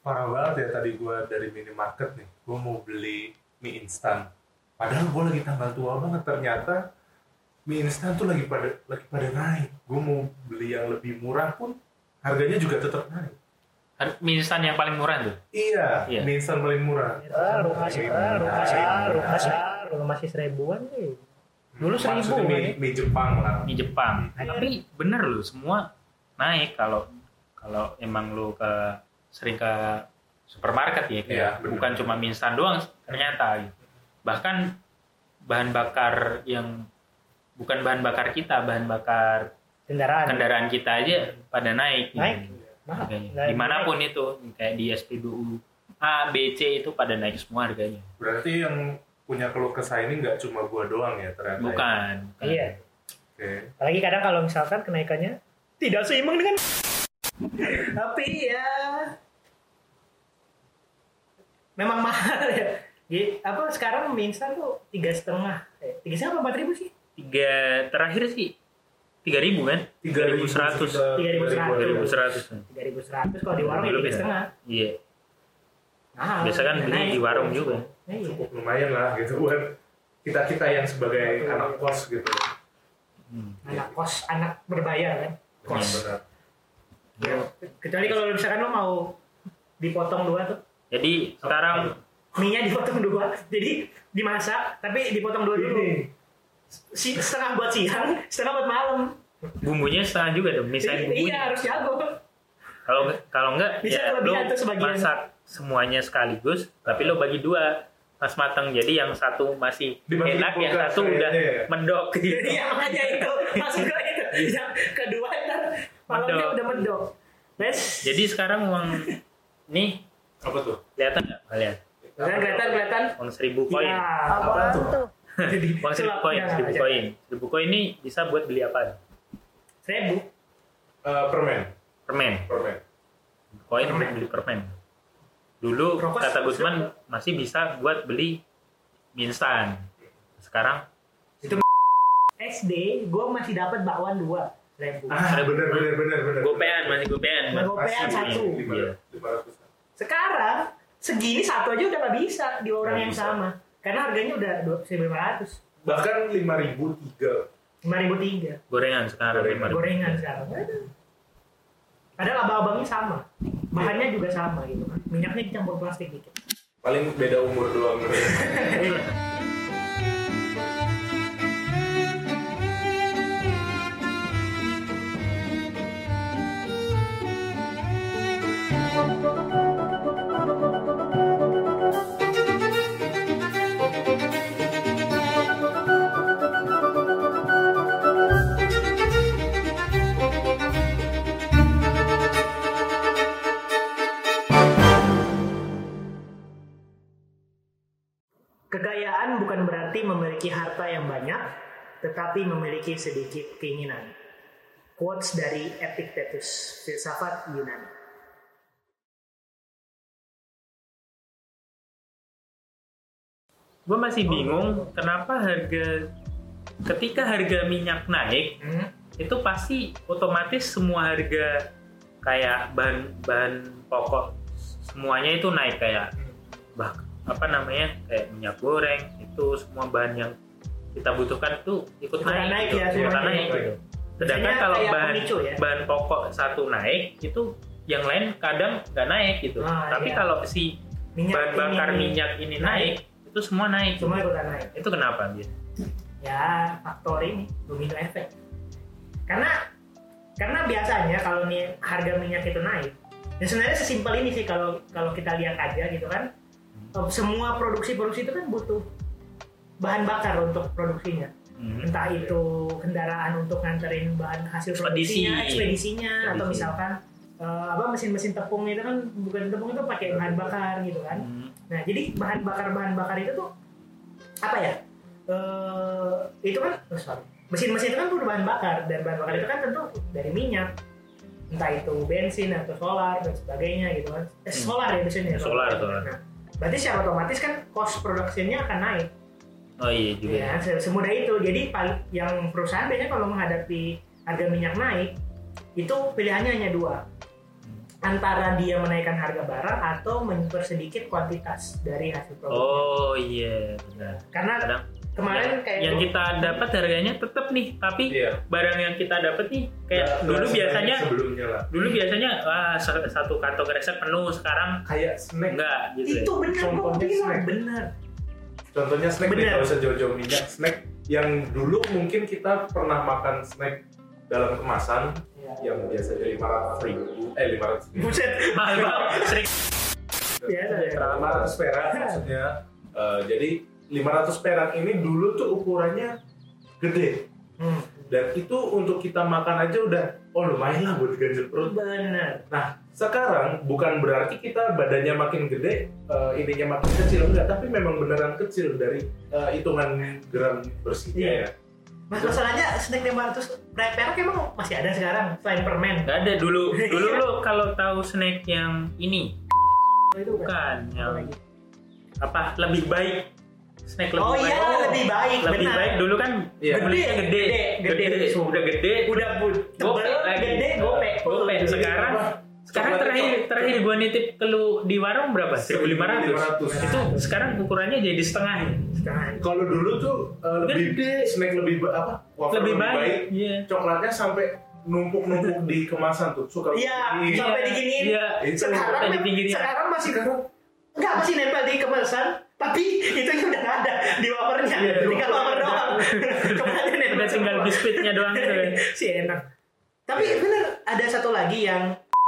parah banget ya tadi gue dari minimarket nih, gue mau beli mie instan. Padahal gue lagi tanggal tua banget, ternyata mie instan tuh lagi pada naik. Gue mau beli yang lebih murah pun harganya juga tetap naik. Mie instan yang paling murah tuh? Iya. Mie instan paling murah. Masih 1000-an nih. Dulu 1000 mie Jepang lah. Mie Jepang. Tapi bener loh, semua naik kalau emang lo sering ke supermarket ya, kayak bukan cuma mie instan doang ternyata gitu. Bahkan bahan bakar yang bukan bahan bakar kita, bahan bakar kendaraan kita aja pada naik. Naik. Dimanapun itu, kayak di SPBU A, B, C itu pada naik semua harganya. Berarti yang punya keluh kesah ini nggak cuma gua doang ya ternyata. Bukan. Iya. Oke. Apalagi kadang kalau misalkan kenaikannya tidak seimbang dengan tapi ya memang mahal ya. Apa sekarang mie instan tuh 3,5 apa 4.000 sih? Terakhir sih 3.000 kan? 3.100 kalau di warung ya 3,5. Iya. Nah, biasa kan beli di warung juga. Cukup lumayan lah gitu buat kita yang sebagai anak kos gitu. Anak kos, anak berbayar kan? Kos. Benar. Ya, kecuali kalau misalkan lo mau dipotong 2 tuh. Jadi sekarang mie-nya dipotong 2, jadi dimasak tapi dipotong 2 dulu. Setengah buat siang, setengah buat malam. Bumbunya setengah juga dong, misalnya bumbunya. Iya, harus jago. Kalau enggak bisa ya lo masak semuanya sekaligus, tapi lo bagi 2 pas matang. Jadi yang satu masih enak, yang satu udah mendok gitu. Iya, makanya itu. Maksud gue itu. Yang kedua ntar malamnya udah mendok. Jadi sekarang uang nih apa tuh? Kelihatan nggak kalian? Kelihatan. Uang 1.000 koin. Ya, apa tuh? Uang 1.000 koin. 1.000 koin ini bisa buat beli apa? 1.000. Permen. Koin untuk beli permen. Dulu kata Gusman masih bisa buat beli mie instan. Sekarang itu SD gue masih dapat bakwan 2.000. Bener. Gopean. Gopean 1. Iya. Sekarang segini 1 aja udah nggak bisa di orang yang sama, karena harganya udah 1.500. Bahkan 5.003. 5.003. Gorengan sekarang. Padahal abang-abangnya sama, bahannya juga sama gitu kan, minyaknya dicampur plastik dikit. Paling beda umur doang. Kekayaan bukan berarti memiliki harta yang banyak, tetapi memiliki sedikit keinginan. Quotes dari Epictetus, filsafat Yunani. Gue masih bingung kenapa ketika harga minyak naik, itu pasti otomatis semua harga kayak bahan pokok semuanya itu naik, kayak kayak minyak goreng, itu semua bahan yang kita butuhkan tuh ikut naik gitu. Sedangkan kalau bahan pokok satu naik, itu yang lain kadang nggak naik gitu. Tapi kalau si bahan bakar minyak ini naik, itu semua naik. Semua ikutan naik. Itu kenapa gitu? Ya faktor ini domino efek. Karena biasanya kalau nih harga minyak itu naik, ya sebenarnya sesimpel ini sih kalau kita lihat aja gitu kan. Semua produksi itu kan butuh bahan bakar untuk produksinya. Entah itu kendaraan untuk nganterin bahan hasil produksinya, ekspedisinya, atau misalkan mesin-mesin tepung itu kan, bukan tepung itu pakai bahan bakar gitu kan. Nah, jadi bahan bakar itu tuh apa ya? Itu kan mesin-mesin itu kan butuh bahan bakar, dan bahan bakar itu kan tentu dari minyak. Entah itu bensin atau solar dan sebagainya gitu kan. Solar ya biasanya. Solar. Nah, berarti secara otomatis kan cost production-nya akan naik. Oh iya juga. Ya, semudah itu. Jadi yang perusahaan biasanya kalau menghadapi harga minyak naik, itu pilihannya hanya 2. antara dia menaikkan harga barang atau mempersedikit kuantitas dari hasil produknya. Oh iya, benar. Karena Kadang kemarin kayak yang kita dapat harganya tetap nih, tapi Iya. barang yang kita dapat nih kayak Nggak dulu sebanyak biasanya sebelumnya lah. satu kantong kresek penuh, sekarang Kayak snack. enggak gitu. itu benar, gue Contohnya bilang snack. benar. Contohnya snack nih, Bener. kalau usah jauh-jauh minyak. Snack yang dulu mungkin kita pernah makan snack dalam kemasan yang biasanya 500.000. Buset. Mahal banget, sering. Biasa ya. 500 perak maksudnya. Jadi 500 perak ini dulu tuh ukurannya gede. Dan itu untuk kita makan aja udah lumayan lah buat ganjel perut. Benar. Nah, sekarang bukan berarti kita badannya makin gede, ininya makin kecil, enggak, tapi memang beneran kecil dari hitungan gram bersihnya ya. Masalahnya snack 500 perak emang masih ada sekarang selain permen. Nggak ada dulu lo kalau tahu snack yang ini Itu bukan yang lagi. apa lebih baik snack lebih Oh baik. iya, lebih baik, lebih benar. baik dulu kan Iya. belinya gede udah gede Udah tebel, gede, gope. sekarang terakhir gua nitip ke lu di warung berapa? 1.500. Itu sekarang ukurannya jadi setengah ya. Kalau dulu tuh lebih Gede. snack wafer Lebih baik. Iya. Coklatnya sampai numpuk-numpuk di kemasan tuh. Suka Iya, Ih, sampai diginiin. Iya. Sekarang Di pinggirnya. sekarang masih masih nempel di kemasan, tapi itu udah nggak ada di wafernya. Iya, Tinggal wafer doang. Coklatnya nempel. Udah tinggal semua. biskuitnya doang gitu ya. Si enak. Tapi bener ada satu lagi yang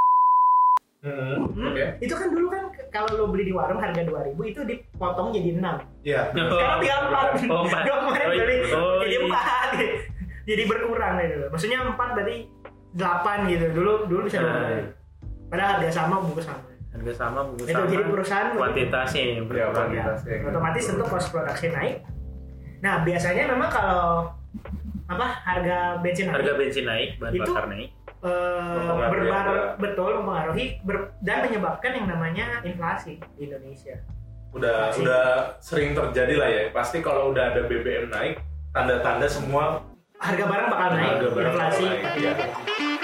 Oke. itu kan dulu kan kalau lo beli di warung harga 2.000 itu dipotong jadi 6. Iya. Sekarang tinggal 4. Oh, 4. Gue kemarin beli jadi iya. 4. Jadi berkurang gitu. Maksudnya 4 berarti 8 gitu. Dulu bisa 2. Padahal harga sama, bungkus sama. Harga sama, bungkus Itu sama. jadi perusahaan kuantitasnya yang Iya, berkurang. kuantitasnya. Otomatis tentu cost production naik. Nah, biasanya memang kalau harga bensin naik, Harga bensin naik, bahan Itu- bakar naik. mempengaruhi dan menyebabkan yang namanya inflasi di Indonesia. Udah sering terjadi lah ya. Pasti kalau udah ada BBM naik, tanda-tanda semua Harga barang bakal naik, Harga barang inflasi bakal naik, pasti iya. naik.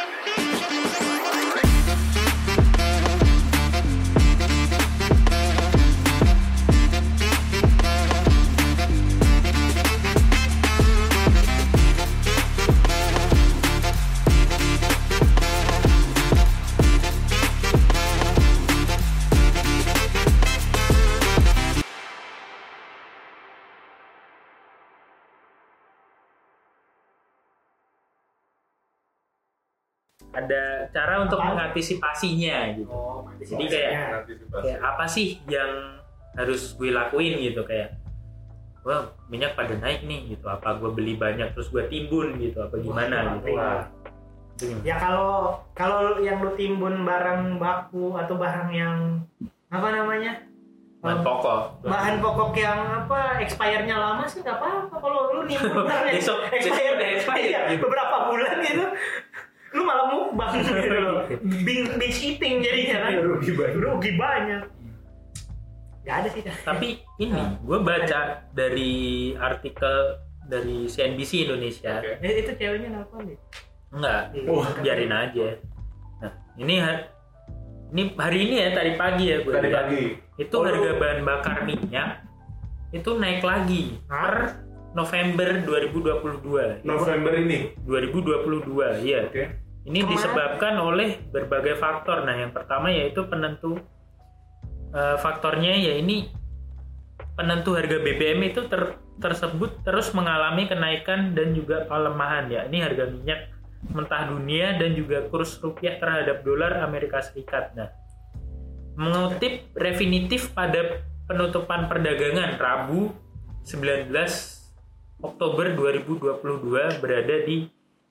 Ada cara untuk Apa? mengantisipasinya gitu. Jadi kayak apa sih yang harus gue lakuin gitu, kayak wah minyak pada naik nih gitu, apa gue beli banyak terus gue timbun gitu, apa gimana gitu. Itu gimana? Ya kalau yang lu timbun barang baku atau barang yang apa namanya? Bahan pokok. Bahan pokok yang expire-nya lama sih nggak apa-apa. Kalau lu nimbun barang yang Besok udah expire. iya, beberapa bulan gitu, lu malah mukbang gitu loh. Binge eating jadinya kan. Rugi banyak. Gak ada sih. Tapi ini gue baca dari artikel dari CNBC Indonesia. Oke. Itu ceweknya nelfon deh. Enggak, Wah. biarin aja. Nah, ini hari ini ya, tadi pagi ya gue Tadi lihat. pagi. Itu harga bahan bakar minyak itu naik lagi per November 2022. November ini. 2022, iya. Oke. Ini disebabkan oleh berbagai faktor. Nah, yang pertama yaitu penentu faktornya ya ini penentu harga BBM itu tersebut terus mengalami kenaikan dan juga pelemahan ya. Ini harga minyak mentah dunia dan juga kurs rupiah terhadap dolar Amerika Serikat. Nah, mengutip Refinitiv pada penutupan perdagangan Rabu 19 Oktober 2022 berada di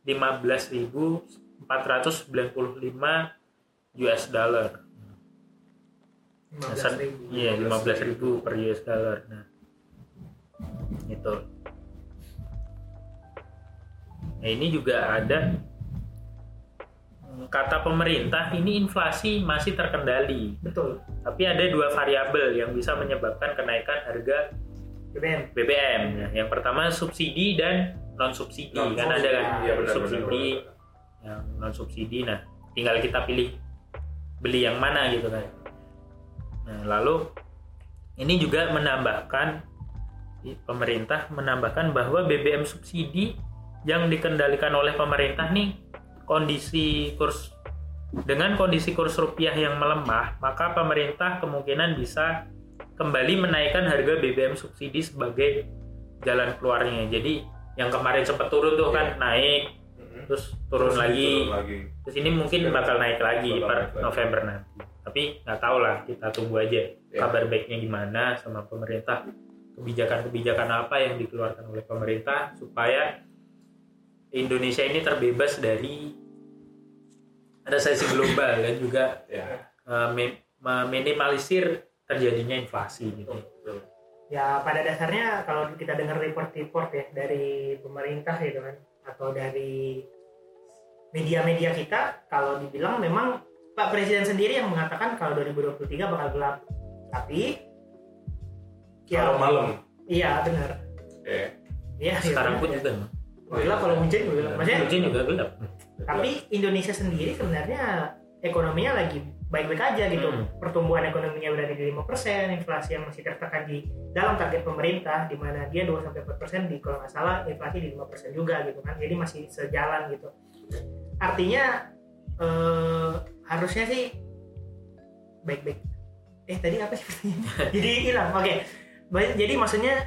15.495 US dollar. 15.000. Iya, 15.000 per US dollar. Nah, itu. Nah, ini juga ada kata pemerintah ini inflasi masih terkendali. Betul. Tapi ada dua variabel yang bisa menyebabkan kenaikan harga BBM. Nah, yang pertama subsidi dan non subsidi. Kan ada kan Iya, benar, subsidi, benar. yang non subsidi. Nah, tinggal kita pilih beli yang mana gitu kan. Nah, lalu ini juga pemerintah menambahkan bahwa BBM subsidi yang dikendalikan oleh pemerintah nih dengan kondisi kurs rupiah yang melemah, maka pemerintah kemungkinan bisa kembali menaikkan harga BBM subsidi sebagai jalan keluarnya. Jadi yang kemarin sempat turun tuh kan naik, terus turun lagi. Terus ini mungkin bakal naik lagi per November nanti. Tapi nggak tahu lah, kita tunggu aja kabar baiknya gimana sama pemerintah, kebijakan-kebijakan apa yang dikeluarkan oleh pemerintah supaya Indonesia ini terbebas dari resesi global dan juga meminimalisir terjadinya inflasi gitu. Ya pada dasarnya kalau kita dengar report-report ya dari pemerintah gitu kan atau dari media-media kita, kalau dibilang memang Pak Presiden sendiri yang mengatakan kalau 2023 bakal gelap. Tapi kalau malam. Iya benar. Iya. Sekarang pun juga. Gelap kalau hujan juga gelap. Maksudnya hujan juga gelap. Tapi Indonesia sendiri sebenarnya ekonominya lagi baik-baik aja gitu. Pertumbuhan ekonominya berada di 5%, inflasi yang masih tertekan di dalam target pemerintah di mana dia 2-4% kalau nggak salah inflasi di 5% juga gitu kan. Jadi masih sejalan gitu. Artinya harusnya sih baik-baik. Tadi apa sih? Jadi hilang. Oke. Jadi maksudnya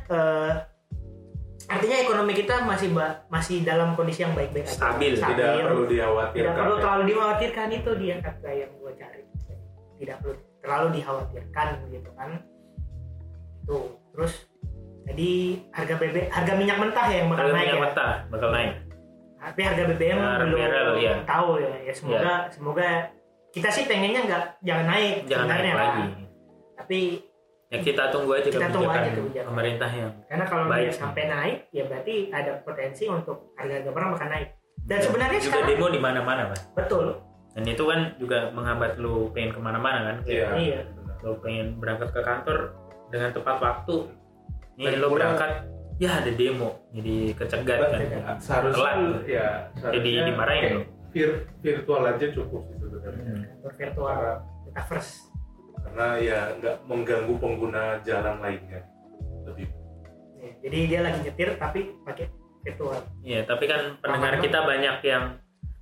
artinya ekonomi kita masih dalam kondisi yang baik-baik aja. Stabil. Tidak perlu dikhawatirkan. Tidak perlu terlalu dikhawatirkan, itu dia kata yang gue cari. Tidak perlu terlalu dikhawatirkan gitu kan. Tuh. Terus jadi harga minyak mentah ya yang bakal naik. Minyak mentah bakal naik. Tapi harga BBM belum tahu ya. Semoga kita sih pengennya jangan naik sebenarnya naik lagi. Tapi ya kita tunggu aja kebijakan pemerintah yang karena kalau dia sampai naik ya berarti ada potensi untuk harga barang bakal naik. Dan sebenarnya juga sekarang demo di mana-mana Mas. Betul. Dan itu kan juga menghambat lu pengen kemana-mana kan. Iya. Lu pengen berangkat ke kantor dengan tepat waktu. Nih lu berangkat ya ada demo jadi kecegat kan. Seharusnya jadi dimarahin lu. Virtual aja cukup sih sebenarnya. Virtual metaverse. Karena ya nggak mengganggu pengguna jalan lainnya lebih. Jadi dia lagi nyetir tapi pakai virtual. Iya, tapi kan pendengar kita banyak yang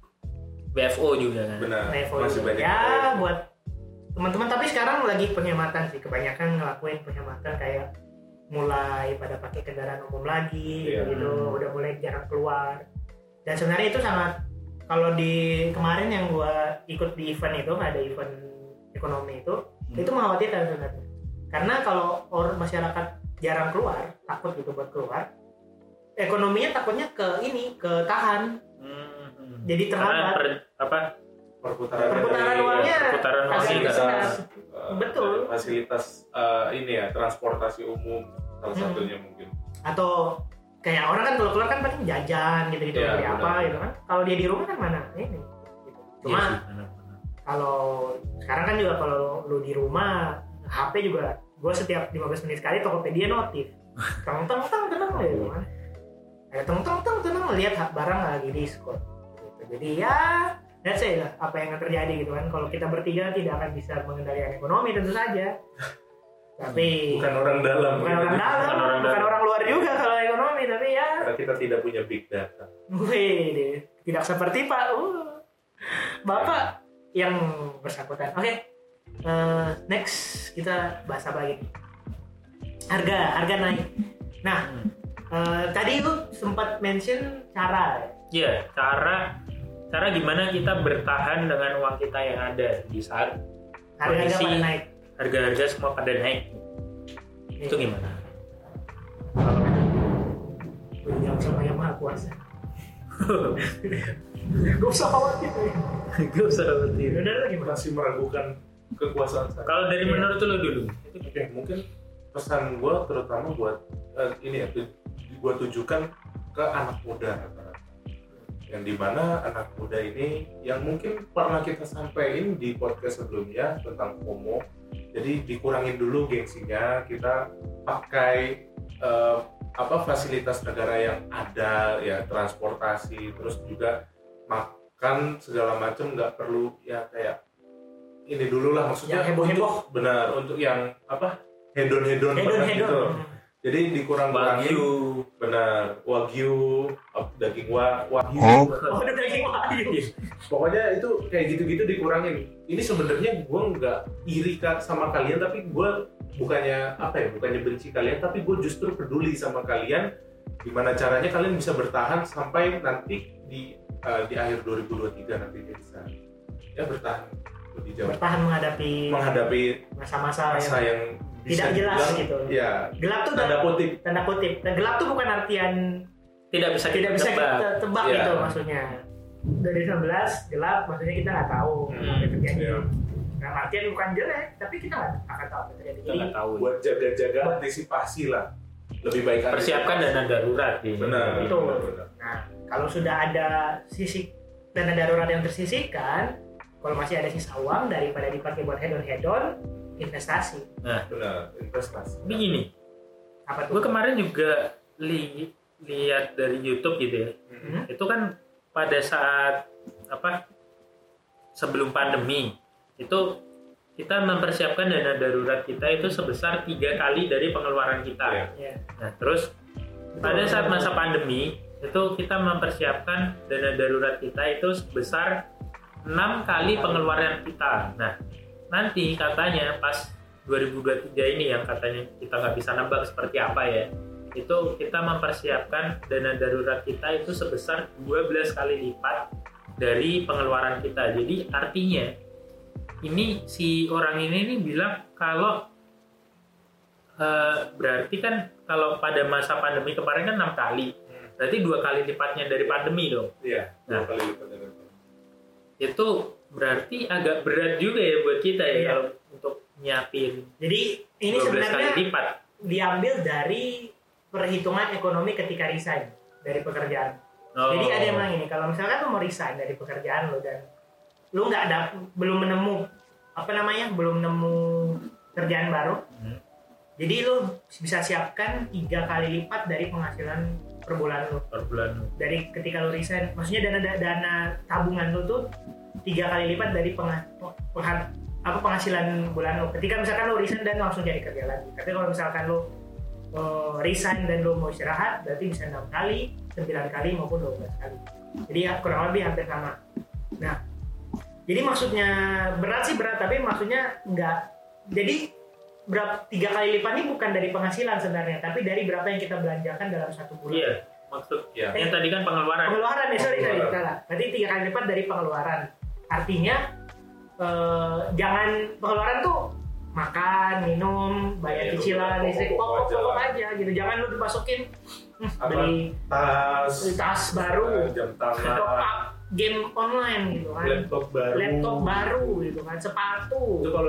WFO juga kan. Benar. WFO masih juga. banyak. Ya buat teman-teman, tapi sekarang lagi penghematan sih, kebanyakan ngelakuin penghematan kayak mulai pada pakai kendaraan umum lagi gitu, udah mulai jarang keluar. Dan sebenarnya itu sangat, kalau di kemarin yang gua ikut di event itu, ada event ekonomi itu mengkhawatirkan sebenarnya. Karena kalau orang masyarakat jarang keluar, takut gitu buat keluar, ekonominya takutnya ketahan. Jadi terhambat. Perputaran uangnya betul. Fasilitas transportasi umum salah satunya mungkin. Atau kayak orang kan kalau keluar kan paling jajan gitu dari apa gitu kan. Kalau dia di rumah kan mana ini. Gitu. Cuma kalau sekarang kan juga kalau lu di rumah HP juga, gue setiap 15 menit sekali Tokopedia notif. Tenang tenang gitu kan. Ada tenang lihat barang lagi diskon. Gitu. Jadi ya that's it lah apa yang akan terjadi gitu kan. Kalau kita bertiga tidak akan bisa mengendalikan ekonomi tentu saja. Tapi bukan orang dalam, bukan orang luar juga kalau ekonomi, tapi ya karena kita tidak punya big data. Wih, tidak seperti Pak Bapak yang bersangkutan. Oke. Next kita bahas apa lagi? Harga naik. Nah, tadi lu sempat mention cara. Iya, cara gimana kita bertahan dengan uang kita yang ada di saat harga pada naik. Harga-harga semua pada naik. Itu gimana? Yang sama yang maha kuasa. Gak usah khawatir. Bener lagi masih meragukan kekuasaan saya. Kalau dari menurut lo dulu. Oke, mungkin pesan gue terutama buat gue tujukan ke anak muda rata-rata. Yang dimana anak muda ini yang mungkin pernah kita sampaikan di podcast sebelumnya tentang FOMO. Jadi dikurangin dulu gengsinya, kita pakai fasilitas negara yang ada ya, transportasi, terus juga makan segala macam, nggak perlu ya kayak ini dulu lah, maksudnya yang heboh-heboh. Benar, untuk yang apa hedon banget gitu. Jadi dikurang-kurangin. Wagyu. Benar, wagyu, daging wagyu. Oh, udah daging wagyu. Pokoknya itu kayak gitu-gitu dikurangin. Ini sebenarnya gue nggak iri sama kalian, tapi gue bukannya benci kalian, tapi gue justru peduli sama kalian. Gimana caranya kalian bisa bertahan sampai nanti di akhir 2023 nanti bisa ya bertahan lebih jauh. Bertahan menghadapi masa-masa yang tidak jelas gitu. Ya. Gelap tuh tanda kutip. Dan gelap tuh bukan artian tidak bisa kita tebak ya. gitu maksudnya. 2019 gelap maksudnya kita nggak tahu apa yang terjadi. Ya. Nah, artian bukan jelek, tapi kita nggak akan tahu apa yang terjadi. Kita nggak tahu. Buat jaga-jaga antisipasi lah. Lebih baik persiapkan dana darurat. Benar. Betul. Nah, kalau sudah ada sisi dana darurat yang tersisihkan, kalau masih ada sisa uang daripada dipakai buat hedon, investasi. Nah, benar, investasi. Begini. Apa tuh? Gue kemarin juga lihat dari YouTube gitu ya. Itu kan pada saat sebelum pandemi itu kita mempersiapkan dana darurat kita itu sebesar 3 kali dari pengeluaran kita. Yeah. Nah, terus pada saat masa pandemi itu kita mempersiapkan dana darurat kita itu sebesar 6 kali pengeluaran kita. Nah, nanti katanya pas 2023 ini yang katanya kita nggak bisa nebak seperti apa ya, itu kita mempersiapkan dana darurat kita itu sebesar 12 kali lipat dari pengeluaran kita. Jadi artinya ini si orang ini bilang kalau berarti kan kalau pada masa pandemi kemarin kan 6 kali, berarti 2 kali lipatnya dari pandemi dong. Iya, 2 kali lipat dari pandemi. Itu berarti agak berat juga ya buat kita ya kalau untuk nyiapin. Jadi ini 12 sebenarnya kali lipat diambil dari perhitungan ekonomi ketika resign dari pekerjaan. Jadi ada yang bilang ini, kalau misalkan lu mau resign dari pekerjaan lu dan lu belum nemu kerjaan baru, jadi lu bisa siapkan 3 kali lipat dari penghasilan per bulan lu. Dari ketika lu resign, maksudnya dana tabungan lu tuh 3 kali lipat dari penghasilan bulan lu. Ketika misalkan lu resign dan langsung cari kerja lagi. Tapi kalau misalkan lu resign dan lu mau istirahat, berarti bisa 6 kali, 9 kali maupun 12 kali. Jadi kurang lebih hampir sama. Nah, jadi maksudnya berat, tapi maksudnya enggak. Jadi 3 kali lipat ini bukan dari penghasilan sebenarnya, tapi dari berapa yang kita belanjakan dalam 1 bulan. Iya, maksud yang tadi kan pengeluaran. Pengeluaran ya, sorry salah. Berarti 3 kali lipat dari pengeluaran. Artinya jangan pengeluaran tuh makan, minum, bayar cicilan, listrik, pokok aja gitu. Jangan lu dimasukin beli tas baru, jam tangan, top up game online gitu kan, laptop baru gitu kan, sepatu. Itu kalau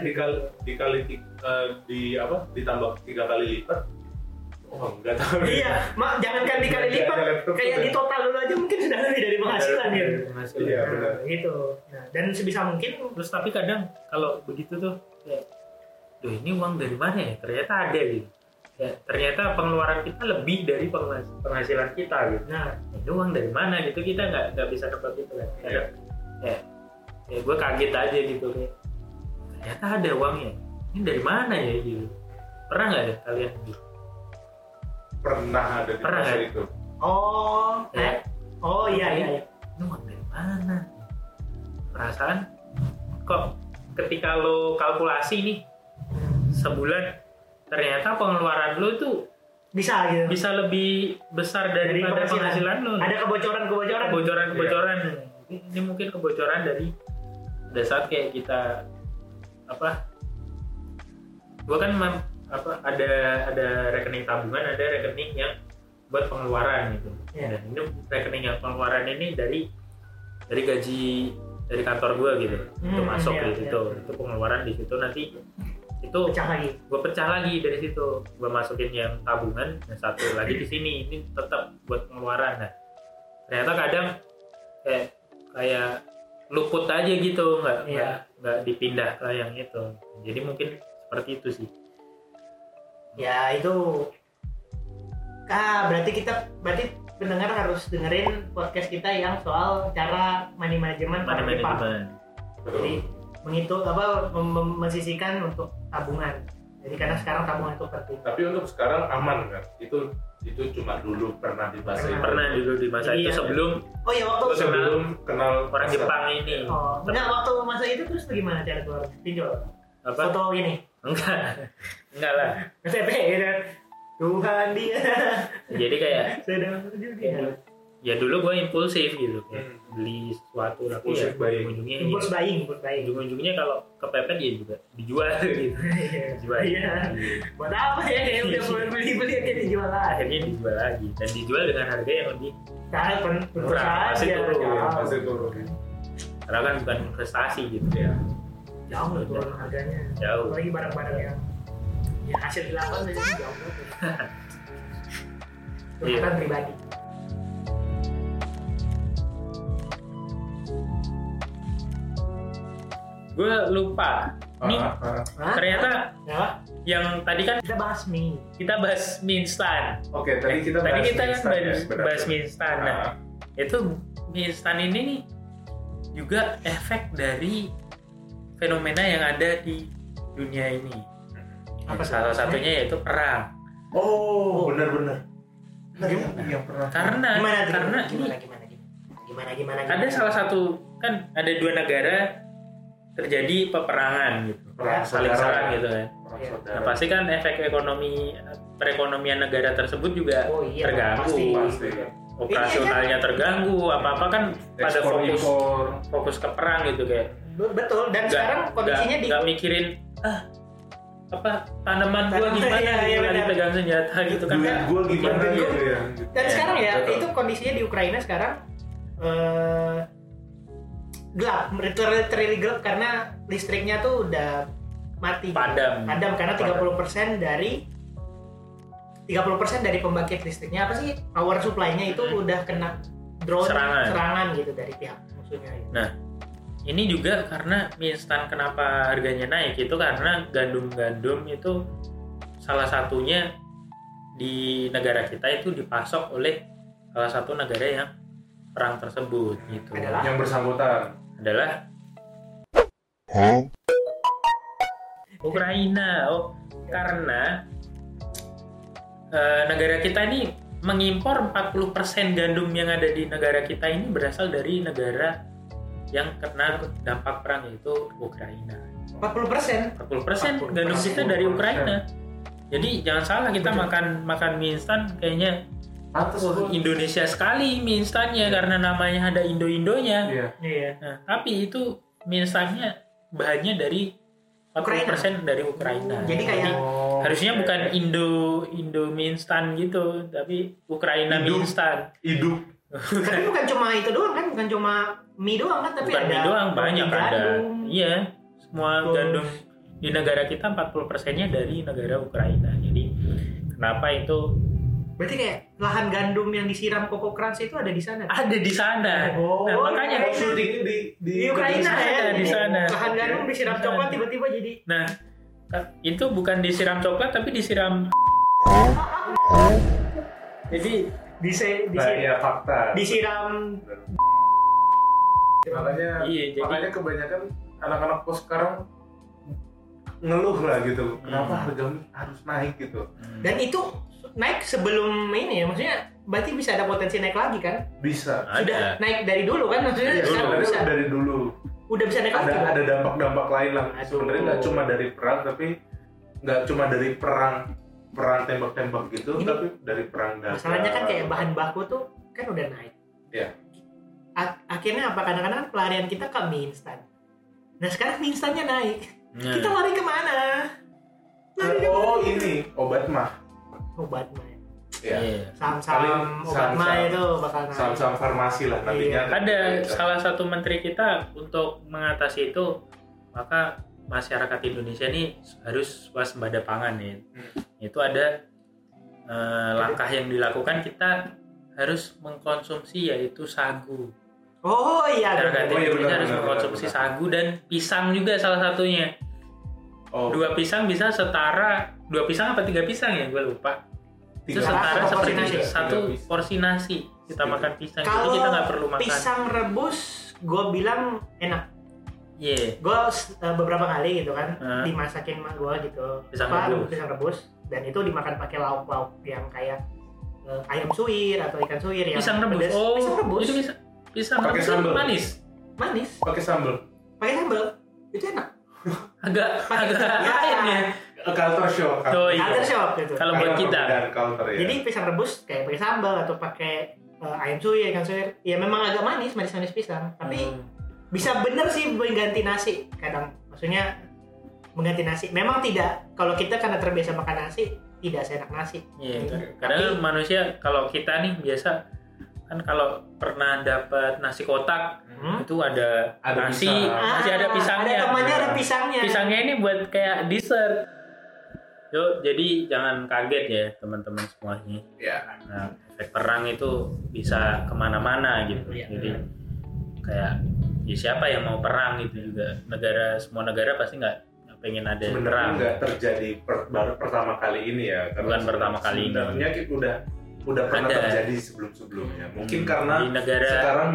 ditambah 3 kali lipat, enggak tahu. Iya, jangankan dikali lipat, kayak di total dulu aja mungkin sudah lebih dari penghasilan ya. Iya, benar. Gitu. Nah, dan sebisa mungkin terus tapi kadang kalau begitu tuh kayak, duh ini uang dari mana ya? Ternyata ada gitu. Ya, ternyata pengeluaran kita lebih dari penghasilan kita gitu. Nah, ini uang dari mana gitu, kita nggak bisa nebak itu kan. Kadang ya gue kaget aja gitu kayak, ternyata ada uangnya. Ini dari mana ya gitu. Pernah nggak ya kalian gitu? Pernah ada di masa itu. Iya. Ini uang dari mana? Perasaan kok ketika lo kalkulasi nih sebulan, ternyata pengeluaran lo tuh bisa lebih besar daripada penghasilan lo. Ada kebocoran. Ini mungkin kebocoran dari pada saat kayak kita gua kan ada rekening tabungan, ada rekening yang buat pengeluaran gitu. Dan ini rekening yang pengeluaran ini dari gaji dari kantor gua gitu. Itu masuk itu pengeluaran di situ, nanti itu gue pecah lagi dari situ, gue masukin yang tabungan dan satu lagi di sini, ini tetap buat pengeluaran. Nah, ternyata kadang kayak luput aja gitu, nggak dipindah ke yang itu. Jadi mungkin seperti itu sih. Ya itu berarti pendengar harus dengerin podcast kita yang soal cara money management. Jadi menghitung mensisihkan untuk tabungan. Jadi karena sekarang tabungan itu penting. Tapi untuk sekarang aman kan? Itu cuma dulu pernah di masa itu. Pernah dulu di masa itu sebelum sebelum kenal orang Jepang ini. Oh, enggak, waktu masa itu terus gimana cara keluar pinjol? Apa? Foto ini? Enggak lah. KTP gitu. Tuhan dia. Jadi kayak sedang dia. Ya dulu gue impulsif gitu, kayak beli sesuatu tapi ya ujung-ujungnya Impulse buying. ujung-ujungnya kalau kepepet ya juga dijual gitu. Dijual. Iya. Buat apa ya kayak udah beli akhirnya dijual lagi. Akhirnya dijual lagi dan dijual dengan harga yang lebih Murah, pasti turun. Pasti turun. Karena kan bukan investasi gitu ya. Jauh lah turun harganya. Jauh. Apalagi barang-barang yang ya hasil di lapangan biasanya jauh banget. Turunkan pribadi. Gue lupa. Nih, ternyata Ya, yang tadi kan kita bahas mie. kita bahas mie instan. Oke, tadi kita kan bahas bahas mie instan. Nah, itu mie instan ini nih juga efek dari fenomena yang ada di dunia ini. Salah satunya yaitu perang. Oh, benar-benar. Yang pernah. Karena Gimana? ada salah satu, kan ada dua negara terjadi peperangan gitu, saling serang gitu kan. Nah, pasti kan efek perekonomian negara tersebut juga terganggu. Pasti. Operasionalnya terganggu, apa-apa kan pada fokus ke perang gitu kayak. Betul, dan sekarang kondisinya nggak mikirin tanaman gua gimana lagi pegang senjata gitu kan. Gua gimana gitu ya. Dan sekarang ya betul. itu kondisinya di Ukraina sekarang gelap, literally gelap karena listriknya tuh udah mati. Padam karena 30% dari pembangkit listriknya apa sih power supply-nya itu udah kena drone serangan gitu dari pihak musuhnya. Nah, ini juga karena mie instan kenapa harganya naik itu karena gandum itu salah satunya di negara kita itu dipasok oleh salah satu negara yang perang tersebut gitu. Yang bersangkutan adalah Ukraina. Karena negara kita ini mengimpor 40% gandum yang ada di negara kita ini berasal dari negara yang kena dampak perang, yaitu Ukraina. 40% gandum kita dari Ukraina. Jadi jangan salah kita makan mie instan kayaknya Indonesia sekali mie instannya karena namanya ada Indo-Indonya. Iya. Nah, tapi itu mie instannya bahannya dari 40% dari Ukraina. Jadi kayak harusnya bukan Indo mie instan gitu, tapi Ukraina mie instan. Hidup. Tapi bukan cuma itu doang kan, bukan cuma mie doang kan, tapi bukan ada mie doang, banyak ada. gandum. Iya, semua gandum di negara kita 40%-nya dari negara Ukraina. Jadi kenapa itu? Berarti kayak lahan gandum yang disiram Coco Crunch itu ada di sana. Ada di sana. Nah, makanya syutingnya di Ukraina ya. Di sana. Lahan gandum disiram coklat tiba-tiba jadi. Nah, itu bukan disiram coklat tapi disiram. Jadi ya fakta. Disiram. Makanya kebanyakan anak-anak pos sekarang ngeluh lah gitu. Kenapa harga mie harus naik gitu? Dan itu naik sebelum ini ya, maksudnya berarti bisa ada potensi naik lagi kan? Bisa. Sudah naik dari dulu kan, maksudnya sekarang bisa. Dari dulu. Udah bisa naik lagi. Ada dampak-dampak lain lah. Sebenarnya nggak cuma dari perang, tapi nggak cuma dari perang tembak-tembak gitu, tapi dari perang dagang. Masalahnya kan kayak bahan baku tuh kan udah naik. Iya. Akhirnya apa? Kadang-kadang pelarian kita ke mie instan. Nah sekarang mie instannya naik. Kita lari kemana? Ini obat mah. Ya. Saham-saham obat mah itu bakal naik. Saham-saham farmasi lah nantinya. Ada salah satu menteri kita untuk mengatasi itu, maka masyarakat Indonesia ini harus waspada pangan ya. Itu ada langkah yang dilakukan, kita harus mengkonsumsi yaitu sagu. Oh iya. Masyarakat Indonesia harus mengkonsumsi sagu dan pisang juga salah satunya. 2 pisang bisa setara 2 pisang apa 3 pisang ya, gue lupa. Itu setara seperti 1 porsi nasi kita makan pisang. Jadi kita nggak perlu makan. Pisang rebus, gue bilang enak. Iya. Gue beberapa kali gitu kan dimasakin mak gue gitu, pisang rebus, dan itu dimakan pakai lauk-lauk yang kayak ayam suwir atau ikan suwir yang pisang rebus. pedas. Oh, pisang rebus. Itu pisang Pakai rebus sambal. manis. Pakai sambal. Itu enak. Agak lain ya. Culture shock. Oh, iya. Culture shock gitu. Kalau buat kita. Culture, ya. Jadi pisang rebus kayak pakai sambal atau pakai ayam suwir, ikan suwir, ya memang agak manis pisang, tapi bisa bener sih mengganti nasi kadang. Maksudnya mengganti nasi. Memang tidak, kalau kita karena terbiasa makan nasi, tidak seenak nasi. Iya, karena manusia, kalau kita nih biasa kan kalau pernah dapat nasi kotak itu ada nasi, masih ada pisangnya. Ada temannya, ada pisangnya. Pisangnya ini buat kayak dessert. Yo, jadi jangan kaget ya teman-teman semuanya. Ya. Nah, efek perang itu bisa kemana-mana gitu. Ya. Jadi kayak ya siapa yang mau perang gitu juga. Semua negara pasti nggak pengen ada sebenarnya perang. Nggak terjadi baru pertama kali ini ya. Bukan pertama kali ini. Sebenarnya kita udah pernah terjadi sebelum-sebelumnya. Mungkin karena di negara sekarang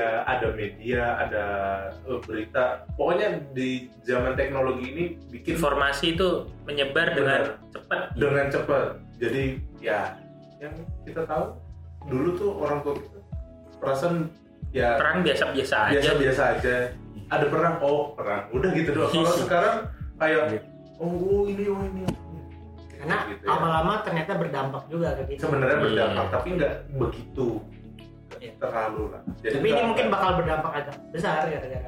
media, ada berita. Pokoknya di zaman teknologi ini bikin informasi itu menyebar dengan cepat. Dengan cepat. Jadi ya yang kita tahu dulu tuh orang tua kita perasaan ya perang biasa-biasa aja. Ada perang, udah gitu doang. Kalau sekarang kayak ini. Karena gitu ya. lama-lama ternyata berdampak juga ke kita. Sebenarnya berdampak, tapi nggak begitu terlalu lah. Jadi tapi ini mungkin bakal berdampak agak besar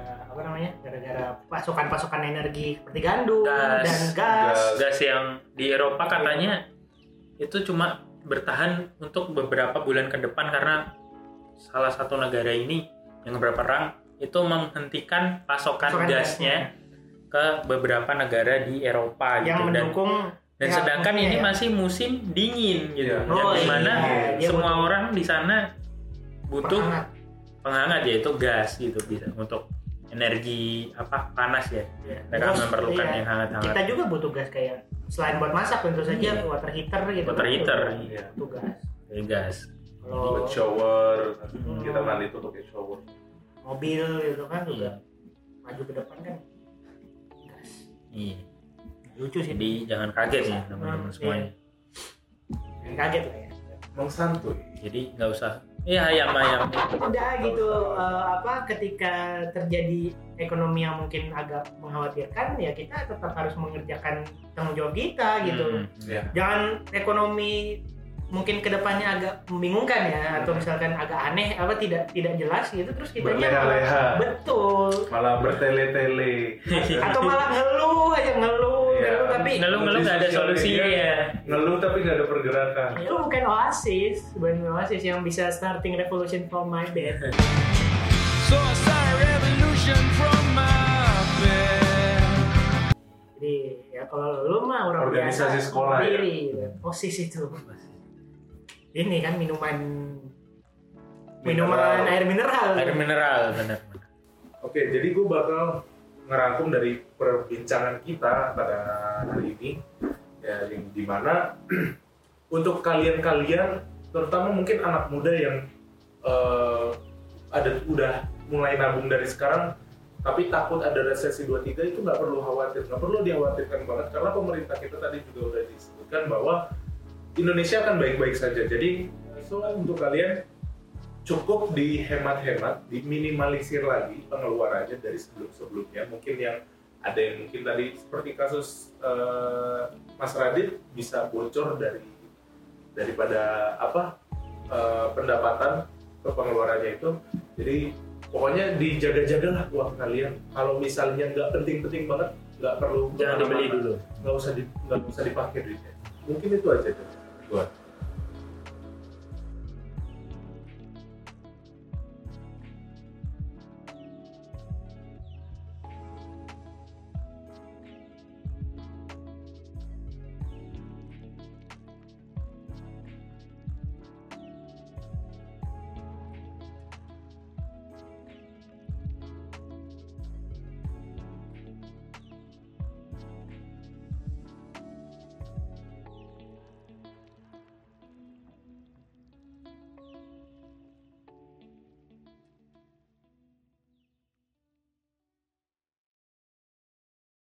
gara-gara pasokan energi seperti gandum dan gas yang di Eropa katanya itu cuma bertahan untuk beberapa bulan ke depan karena salah satu negara ini yang berperang itu menghentikan pasokan gasnya ke beberapa negara di Eropa yang gitu. mendukung dan sedangkan ini masih musim dingin gitu, di mana semua orang di sana butuh penghangat yaitu gas gitu, bisa untuk energi panas ya. Mereka memerlukan yang hangat-hangat. Kita juga butuh gas kayak selain buat masak tentu saja water heater gitu. Water heater, butuh gas. Gas. Buat shower, kita mandi tuh pakai shower. Mobil gitu kan juga maju ke depan kan gas. Iya. Lucu sih. Jadi jangan kaget ya teman-teman semuanya. Jangan kaget lah ya. Emang santuy. Jadi nggak usah. Ayam. Udah gitu ketika terjadi ekonomi yang mungkin agak mengkhawatirkan ya kita tetap harus mengerjakan tanggung jawab kita gitu. Jangan ekonomi mungkin kedepannya agak membingungkan ya atau misalkan agak aneh tidak jelas gitu terus kita berleha-leha. Betul. Malah bertele-tele. Atau malah ngeluh tapi ngeluh nggak ada solusinya ya. Ngeluh tapi nggak ada pergerakan. Itu bukan oasis yang bisa starting revolution from my bed. So I start a revolution from my bed. Jadi ya kalau lu mah orang organisasi biasa sekolah diri, ya. OSIS itu. Ini kan minuman air mineral. Air mineral benar. Oke, jadi gue bakal ngerangkum dari perbincangan kita pada hari ini ya, di mana untuk kalian terutama mungkin anak muda yang udah mulai nabung dari sekarang tapi takut ada resesi 23 itu nggak perlu dikhawatirkan banget karena pemerintah kita tadi juga udah disebutkan bahwa Indonesia akan baik-baik saja. Jadi untuk kalian cukup dihemat-hemat, diminimalisir lagi pengeluarannya dari sebelum-sebelumnya. Mungkin yang ada yang mungkin tadi seperti kasus Mas Radit bisa bocor daripada pendapatan ke pengeluarannya itu. Jadi pokoknya dijaga-jagalah uang kalian. Kalau misalnya nggak penting-penting banget, nggak perlu, jangan dibeli dulu, nggak usah dipakai duitnya. Mungkin itu aja buat